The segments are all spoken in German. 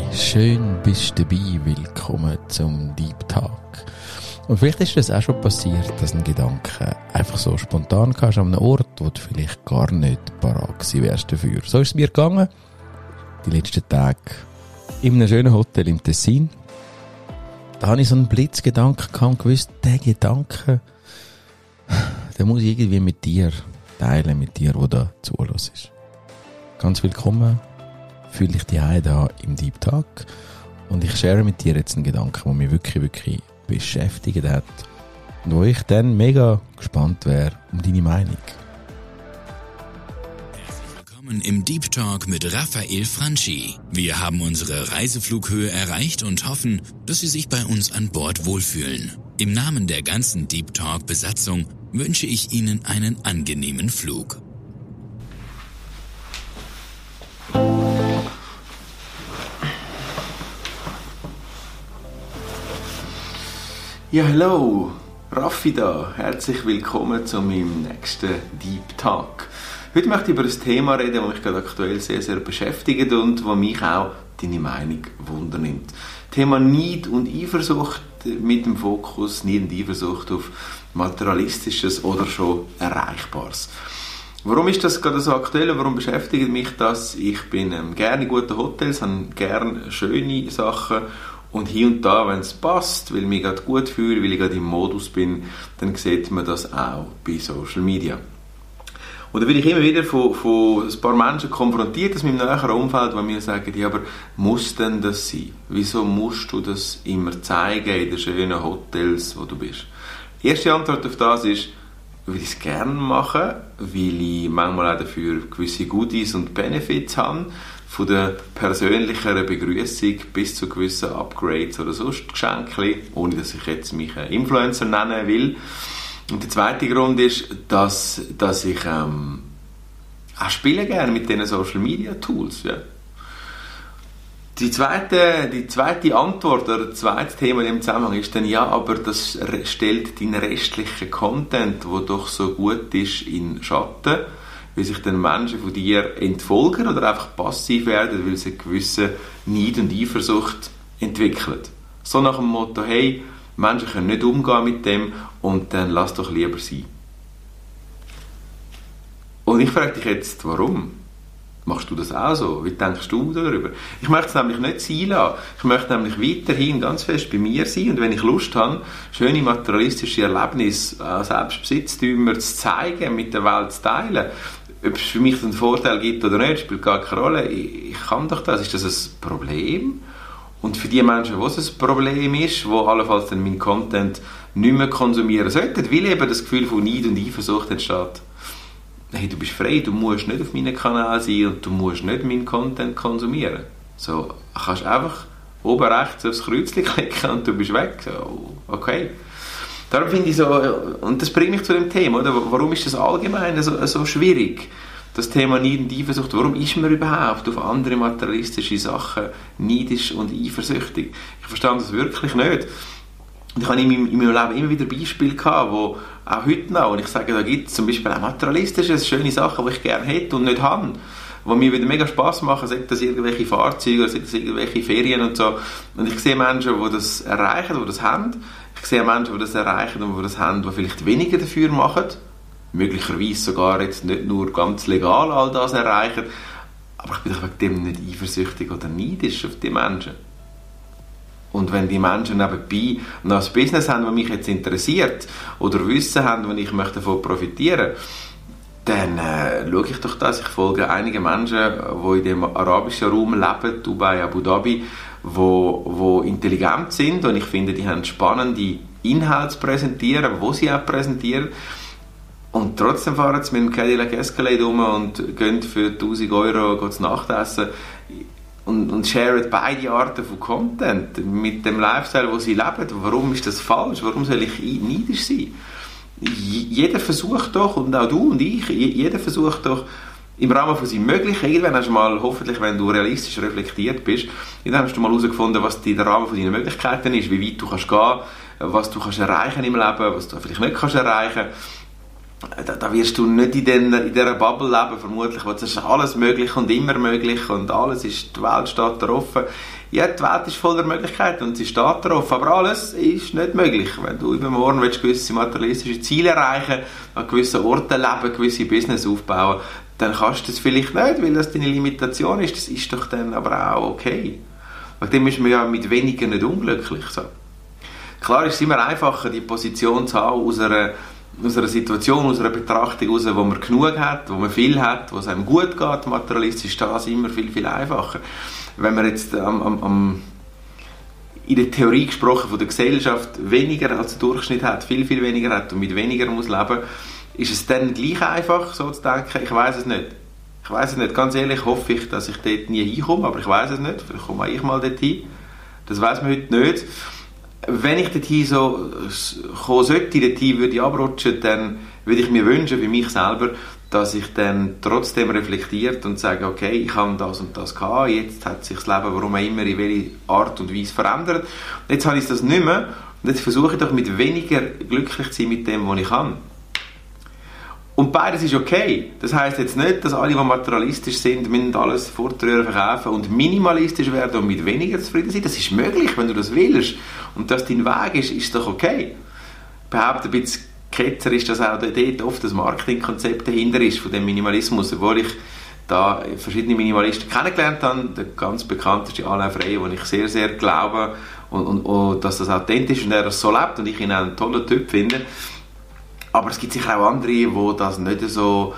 schön bist du dabei, willkommen zum Deep Talk. Und vielleicht ist das auch schon passiert, dass ein Gedanke einfach so spontan kannst an einem Ort, wo du vielleicht gar nicht parat gewesen wärst dafür. So ist es mir gegangen, die letzten Tage, in einem schönen Hotel im Tessin. Da habe ich so einen Blitzgedanken gehabt und gewusst, der Gedanke, den muss ich irgendwie mit dir teilen, mit dir, der da zuhörst. Ganz willkommen, fühle dich die da im Deep Talk und ich share mit dir jetzt einen Gedanken, der mich wirklich beschäftigt hat und wo ich dann mega gespannt wäre um deine Meinung. Willkommen im Deep Talk mit Raphael Franchi. Wir haben unsere Reiseflughöhe erreicht und hoffen, dass Sie sich bei uns an Bord wohlfühlen. Im Namen der ganzen Deep Talk Besatzung wünsche ich Ihnen einen angenehmen Flug. Ja, hallo, Raffi da. Herzlich willkommen zu meinem nächsten Deep Talk. Heute möchte ich über ein Thema reden, das mich gerade aktuell sehr beschäftigt und das mich auch deine Meinung wundernimmt. Thema Neid und Eifersucht mit dem Fokus Neid und Eifersucht auf Materialistisches oder schon Erreichbares. Warum ist das gerade so aktuell? Warum beschäftigt mich das? Ich bin gerne in guten Hotels, habe gerne schöne Sachen. Und hier und da, wenn es passt, weil ich mich gerade gut fühle, weil ich gerade im Modus bin, dann sieht man das auch bei Social Media. Und da werde ich immer wieder von ein paar Menschen konfrontiert aus meinem näheren Umfeld, die mir sagen, ja, aber muss denn das sein? Wieso musst du das immer zeigen in den schönen Hotels, wo du bist? Die erste Antwort auf das ist, weil ich es gerne mache, weil ich manchmal auch dafür gewisse Goodies und Benefits habe, von der persönlicheren Begrüßung bis zu gewissen Upgrades oder sonst Geschenken, ohne dass ich jetzt mich Influencer nennen will. Und der zweite Grund ist, dass ich auch spiele gerne mit diesen Social Media Tools. Ja. Die zweite Antwort oder das zweite Thema in dem Zusammenhang ist dann, ja, aber das stellt deinen restlichen Content, der doch so gut ist, in Schatten, weil sich dann Menschen von dir entfolgen oder einfach passiv werden, weil sie eine gewisse Neid und Eifersucht entwickeln. So nach dem Motto, hey, Menschen können nicht umgehen mit dem und dann lass doch lieber sein. Und ich frage dich jetzt, warum? Machst du das auch so? Wie denkst du darüber? Ich möchte es nämlich nicht sein lassen. Ich möchte nämlich weiterhin ganz fest bei mir sein und wenn ich Lust habe, schöne materialistische Erlebnisse selbst Besitztümer zu zeigen, mit der Welt zu teilen, ob es für mich einen Vorteil gibt oder nicht, spielt gar keine Rolle. Ich kann doch das. Ist das ein Problem? Und für die Menschen, wo es ein Problem ist, die allenfalls dann meinen Content nicht mehr konsumieren sollten, weil eben das Gefühl von Neid und Eifersucht entsteht. Hey, du bist frei, du musst nicht auf meinem Kanal sein und du musst nicht meinen Content konsumieren. So, kannst einfach oben rechts aufs Kreuzchen klicken und du bist weg. So, okay. Darum finde ich so, und das bringt mich zu dem Thema, oder? Warum ist das allgemein so schwierig? Das Thema Neid und Eifersucht, warum ist man überhaupt auf andere materialistische Sachen neidisch und eifersüchtig? Ich verstehe das wirklich nicht. Und ich habe in meinem Leben immer wieder Beispiele gehabt, wo auch heute noch, und ich sage, da gibt es zum Beispiel auch materialistische, schöne Sachen, die ich gerne hätte und nicht habe, die mir wieder mega Spass machen, sei das irgendwelche Fahrzeuge, sei das irgendwelche Ferien und so. Und ich sehe Menschen, die das erreichen, die das haben. Ich sehe Menschen, die das erreichen und die das haben, die vielleicht weniger dafür machen, möglicherweise sogar jetzt nicht nur ganz legal all das erreichen, aber ich bin doch wegen dem nicht eifersüchtig oder neidisch auf die Menschen. Und wenn die Menschen nebenbei noch ein Business haben, das mich jetzt interessiert, oder Wissen haben, wo ich davon profitieren möchte, dann schaue ich doch das. Ich folge einigen Menschen, die in dem arabischen Raum leben, Dubai, Abu Dhabi, die intelligent sind und ich finde, die haben spannende Inhalte zu präsentieren, wo sie auch präsentieren. Und trotzdem fahren sie mit dem Cadillac Escalade rum und gehen für 1000 Euro zu Nacht essen und sharen beide Arten von Content mit dem Lifestyle, wo sie leben. Warum ist das falsch? Warum soll ich neidisch sein? Jeder versucht doch, und auch du und ich, jeder versucht doch im Rahmen von seinem Möglichen, irgendwann hast du mal, hoffentlich, wenn du realistisch reflektiert bist, irgendwann hast du mal herausgefunden, was der Rahmen von deinen Möglichkeiten ist, wie weit du kannst gehen, was du kannst erreichen im Leben, was du vielleicht nicht kannst erreichen. Da wirst du nicht in dieser Bubble leben, vermutlich, weil es ist alles möglich und immer möglich und alles ist, die Welt steht da offen. ja, die Welt ist voller Möglichkeiten und sie steht darauf, aber alles ist nicht möglich. Wenn du übermorgen willst, gewisse materialistische Ziele erreichen, an gewissen Orten leben, gewisse Business aufbauen, dann kannst du das vielleicht nicht, weil das deine Limitation ist. Das ist doch dann aber auch okay. Wegen dem ist man ja mit weniger nicht unglücklich. So. Klar ist es immer einfacher, die Position zu haben aus einer Situation, aus einer Betrachtung heraus, wo man genug hat, wo man viel hat, wo es einem gut geht, materialistisch, ist das immer viel, viel einfacher. Wenn man jetzt in der Theorie gesprochen von der Gesellschaft weniger als der Durchschnitt hat, viel, viel weniger hat und mit weniger muss leben, ist es dann gleich einfach, so zu denken? Ich weiss es nicht. Ich weiss es nicht. Ganz ehrlich hoffe ich, dass ich dort nie hinkomme, aber ich weiss es nicht. Vielleicht komme auch ich mal dort hin. Das weiss man heute nicht. Wenn ich dorthin so kommen sollte, dorthin würde ich abrutschen, dann würde ich mir wünschen, für mich selber, dass ich dann trotzdem reflektiert und sage, okay, ich habe das und das gehabt, jetzt hat sich das Leben, warum auch immer, in welche Art und Weise verändert. Jetzt habe ich das nicht mehr und jetzt versuche ich doch mit weniger glücklich zu sein mit dem, was ich habe. Und beides ist okay. Das heisst jetzt nicht, dass alle, die materialistisch sind, müssen alles fortrühren, verkaufen und minimalistisch werden und mit weniger zufrieden sein. Das ist möglich, wenn du das willst. Und dass dein Weg ist, ist doch okay. Ich behaupte ein bisschen ketzer ist, dass auch dort oft das Marketingkonzept dahinter ist, von dem Minimalismus. Obwohl ich da verschiedene Minimalisten kennengelernt habe. Der ganz bekannteste Alain Frey, wo ich sehr, sehr glaube und dass das authentisch ist und er das so lebt und ich ihn auch einen tollen Typ finde. Aber es gibt sicher auch andere, die das nicht so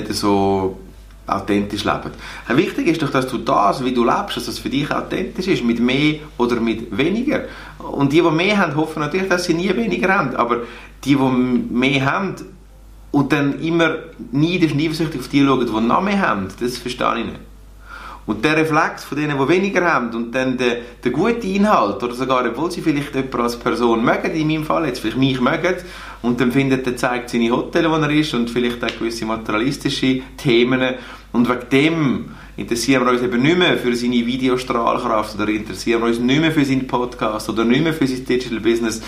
authentisch leben. Wichtig ist doch, dass du das, wie du lebst, dass das für dich authentisch ist, mit mehr oder mit weniger. Und die mehr haben, hoffen natürlich, dass sie nie weniger haben. Aber die mehr haben und dann immer eifersüchtig auf die schauen, die noch mehr haben, das verstehe ich nicht. Und der Reflex von denen, die weniger haben und dann der gute Inhalt, oder sogar, obwohl sie vielleicht jemanden als Person mögen, in meinem Fall jetzt vielleicht mich mögen, und dann zeigt seine Hotels, wo er ist, und vielleicht auch gewisse materialistische Themen, und wegen dem interessieren wir uns eben nicht mehr für seine Videostrahlkraft, oder interessieren wir uns nicht mehr für seinen Podcast, oder nicht mehr für sein Digital Business.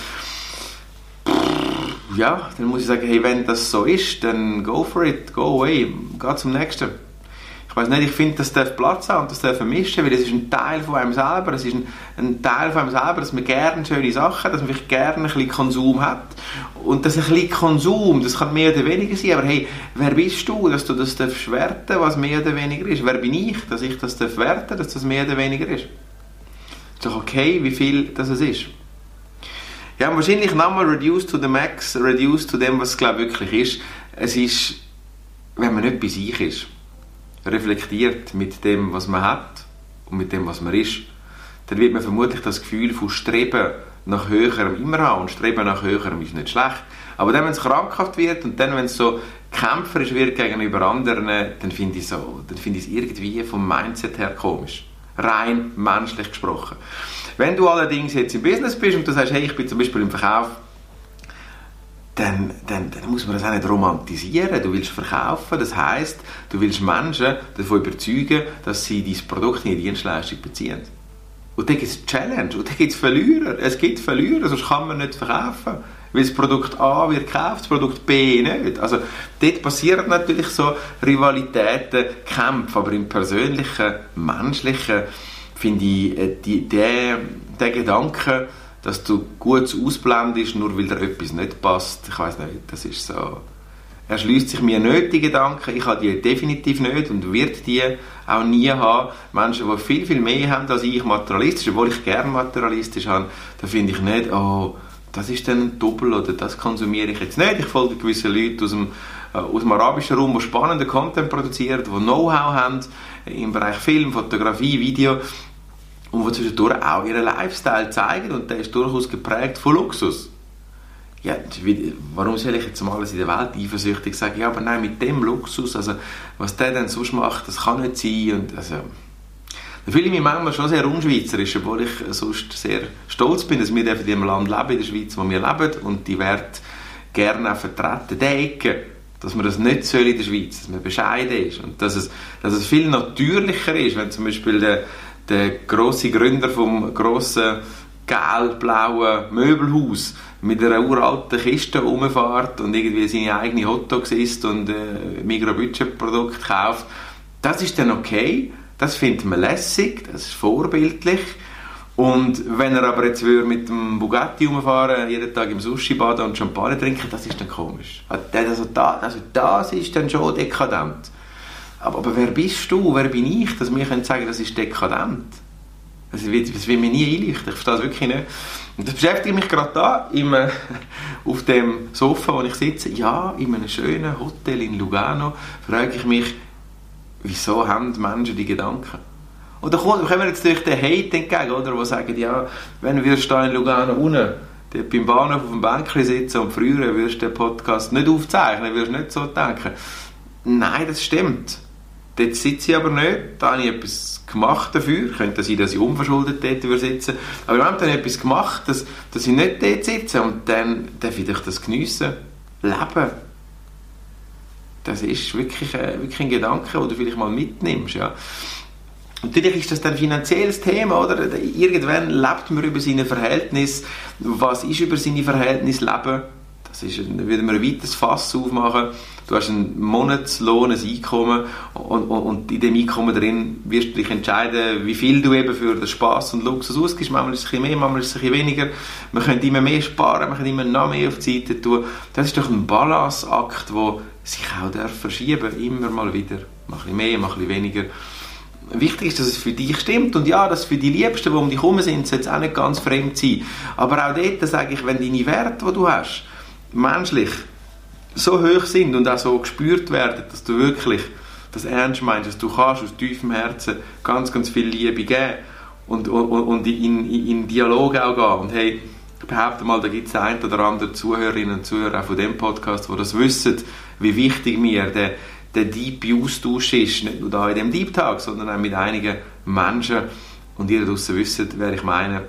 Ja, dann muss ich sagen, hey, wenn das so ist, dann go for it, go away, geh zum nächsten. Ich weiss nicht, ich finde, das darf Platz haben und das darf vermischen, weil es ist ein Teil von einem selber. Es ist ein Teil von einem selber, dass man gerne schöne Sachen, dass man vielleicht gerne ein bisschen Konsum hat. Und das ein bisschen Konsum, das kann mehr oder weniger sein, aber hey, wer bist du, dass du das darfst werten, was mehr oder weniger ist? Wer bin ich, dass ich das darf werten, dass das mehr oder weniger ist? Ist doch okay, wie viel das ist. Ja, wahrscheinlich nochmal reduce to the max, reduce to dem, was es glaube wirklich ist. Es ist, wenn man nicht bei sich ist, reflektiert mit dem, was man hat und mit dem, was man ist, dann wird man vermutlich das Gefühl von Streben nach Höherem immer haben. Und Streben nach Höherem ist nicht schlecht. Aber dann, wenn es krankhaft wird und dann, wenn es so kämpferisch wird gegenüber anderen, dann finde ich es irgendwie vom Mindset her komisch. Rein menschlich gesprochen. Wenn du allerdings jetzt im Business bist und du sagst, hey, ich bin zum Beispiel im Verkauf, dann muss man das auch nicht romantisieren. Du willst verkaufen, das heisst, du willst Menschen davon überzeugen, dass sie dein Produkt in die Dienstleistung beziehen. Und dann gibt es Challenge, und dann gibt es Verlierer. Es gibt Verlierer, sonst kann man nicht verkaufen. Weil das Produkt A wird gekauft, das Produkt B nicht. Also dort passieren natürlich so Rivalitäten, Kämpfe, aber im persönlichen, menschlichen finde ich den Gedanken, dass du gut ausblendest, nur weil dir etwas nicht passt. Ich weiss nicht, das ist so. Er schließt sich mir nicht, die Gedanken. Ich habe die definitiv nicht und werde die auch nie haben. Menschen, die viel, viel mehr haben als ich, materialistisch, obwohl ich gerne materialistisch habe, da finde ich nicht, oh, das ist dann ein Doppel oder das konsumiere ich jetzt nicht. Ich folge gewissen Leuten aus dem arabischen Raum, die spannenden Content produzieren, die Know-how haben im Bereich Film, Fotografie, Video, und die zwischendurch auch ihren Lifestyle zeigen, und der ist durchaus geprägt von Luxus. Ja, warum soll ich jetzt mal alles in der Welt eifersüchtig sagen, ja, aber nein, mit dem Luxus, also was der denn sonst macht, das kann nicht sein. Und also, da fühle ich mich manchmal schon sehr unschweizerisch, obwohl ich sonst sehr stolz bin, dass wir in dem Land leben, in der Schweiz, wo wir leben, und die Werte gerne auch vertreten, die Ecke, dass man das nicht soll in der Schweiz, dass man bescheiden ist und dass es viel natürlicher ist, wenn zum Beispiel der grosse Gründer vom grossen gelb-blauen Möbelhaus mit einer uralten Kiste rumfährt und irgendwie seine eigenen Hotdogs isst und Micro-Budget-Produkte kauft. Das ist dann okay, das findet man lässig, das ist vorbildlich, Und wenn er aber jetzt mit dem Bugatti rumfahren, jeden Tag im Sushi baden und Champagner trinken, das ist dann komisch. Also das ist dann schon dekadent. Aber wer bist du, wer bin ich, dass wir sagen können, das ist dekadent? Das will mir nie einleuchten, ich verstehe das wirklich nicht. Und das beschäftigt mich gerade da, auf dem Sofa, wo ich sitze. Ja, in einem schönen Hotel in Lugano frage ich mich, wieso haben die Menschen die Gedanken? Und da kommen wir jetzt durch den Hate entgegen, oder? Die sagen, ja, wenn wir da in Lugano unten beim Bahnhof auf dem Bänkchen sitzen und früher würdest du den Podcast nicht aufzeichnen, würdest du nicht so denken. Nein, das stimmt. Dort sitze ich aber nicht. Da habe ich etwas gemacht dafür. Könnte sein, dass ich unverschuldet dort sitze. Aber ich habe dann etwas gemacht, dass ich nicht dort sitze. Und dann darf ich das geniessen. Leben. Das ist wirklich ein Gedanke, den du vielleicht mal mitnimmst. Ja. Natürlich ist das dann ein finanzielles Thema, oder? Irgendwann lebt man über seine Verhältnisse. Was ist über seine Verhältnisse Leben? Das ist, würde man ein weites Fass aufmachen. Du hast einen Monatslohn, ein Einkommen und in dem Einkommen drin wirst du dich entscheiden, wie viel du eben für den Spass und Luxus ausgibst. Manchmal ist es ein bisschen mehr, manchmal ist es ein bisschen weniger. Man könnte immer mehr sparen, man könnte immer noch mehr auf die Seite tun. Das ist doch ein Balanceakt, der sich auch verschieben darf, immer mal wieder. Mal ein bisschen mehr, mal ein bisschen weniger. Wichtig ist, dass es für dich stimmt und ja, dass für die Liebsten, die um dich herum sind, soll es auch nicht ganz fremd sein. Aber auch dort sage ich, wenn deine Werte, die du hast, menschlich so hoch sind und auch so gespürt werden, dass du wirklich das ernst meinst, dass du kannst aus tiefem Herzen ganz, ganz viel Liebe geben und in Dialog auch gehen. Und hey, ich behaupte mal, da gibt es ein oder andere Zuhörerinnen und Zuhörer auch von dem Podcast, die das wissen, wie wichtig mir der deepe Austausch ist, nicht nur da in dem Deep Talk, sondern auch mit einigen Menschen und ihr draussen wisst, wer ich meine.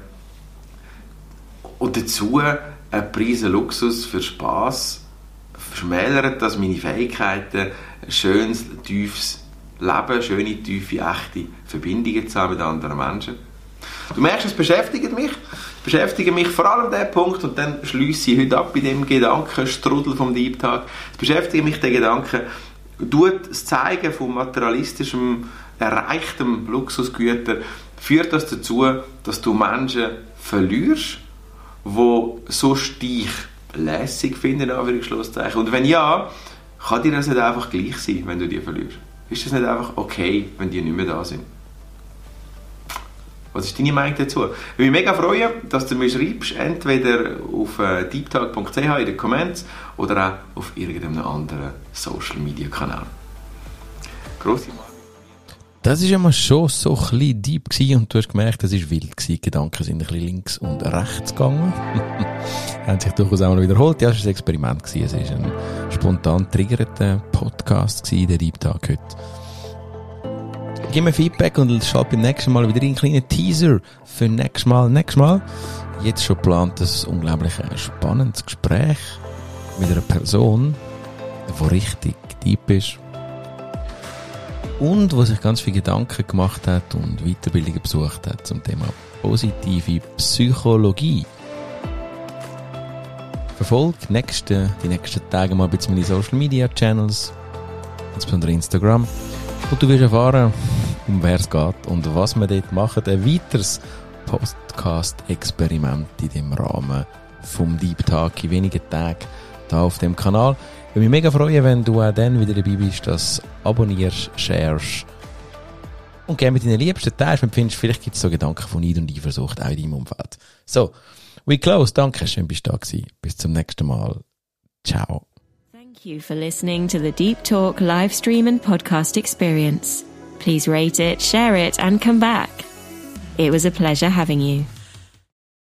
Und dazu ein Preis Luxus für Spass verschmälert das meine Fähigkeiten, ein schönes, tiefes Leben, schöne, tiefe, echte Verbindungen zu haben mit anderen Menschen. Du merkst, es beschäftigt mich vor allem der Punkt, und dann schliesse ich heute ab bei dem Gedankenstrudel vom Deep Talk. Es beschäftigt mich der Gedanke, tut das Zeigen von materialistischem, erreichtem Luxusgüter, führt das dazu, dass du Menschen verlierst, die sonst dich lässig finden, Anführungszeichen. Und wenn ja, kann dir das nicht einfach gleich sein, wenn du die verlierst? Ist das nicht einfach okay, wenn die nicht mehr da sind? Was ist deine Meinung dazu? Ich würde mich mega freuen, dass du mir schreibst, entweder auf deeptalk.ch in den Comments oder auch auf irgendeinem anderen Social-Media-Kanal. Grosse Meinung. Das war ja mal schon so ein bisschen deep gewesen und du hast gemerkt, das war wild gewesen. Die Gedanken sind ein bisschen links und rechts gegangen. Haben sich durchaus auch noch wiederholt. Ja, es war ein Experiment gewesen. Es war ein spontan triggerter Podcast gewesen, der Deep Talk heute. Gib mir Feedback und schau beim nächsten Mal wieder einen kleinen Teaser für nächstes Mal. Jetzt schon geplant ein unglaublich spannendes Gespräch mit einer Person, die richtig deep ist. Und die sich ganz viele Gedanken gemacht hat und Weiterbildungen besucht hat zum Thema positive Psychologie. Verfolgt die nächsten Tage mal ein bisschen meine Social Media Channels, insbesondere Instagram. Und du wirst erfahren, um wer es geht und was wir dort machen. Ein weiteres Podcast-Experiment in dem Rahmen vom Deep Talk in wenigen Tagen hier auf dem Kanal. Ich würde mich mega freuen, wenn du auch dann wieder dabei bist, das abonnierst, sharest und gerne mit deinen Liebsten teilst. Findest, vielleicht gibt es so Gedanken von Neid und Eifersucht auch in deinem Umfeld. So, we close. Danke, schön bist du da gewesen. Bis zum nächsten Mal. Ciao. Thank you for listening to the Deep Talk live stream and podcast experience. Please rate it, share it, and come back. It was a pleasure having you.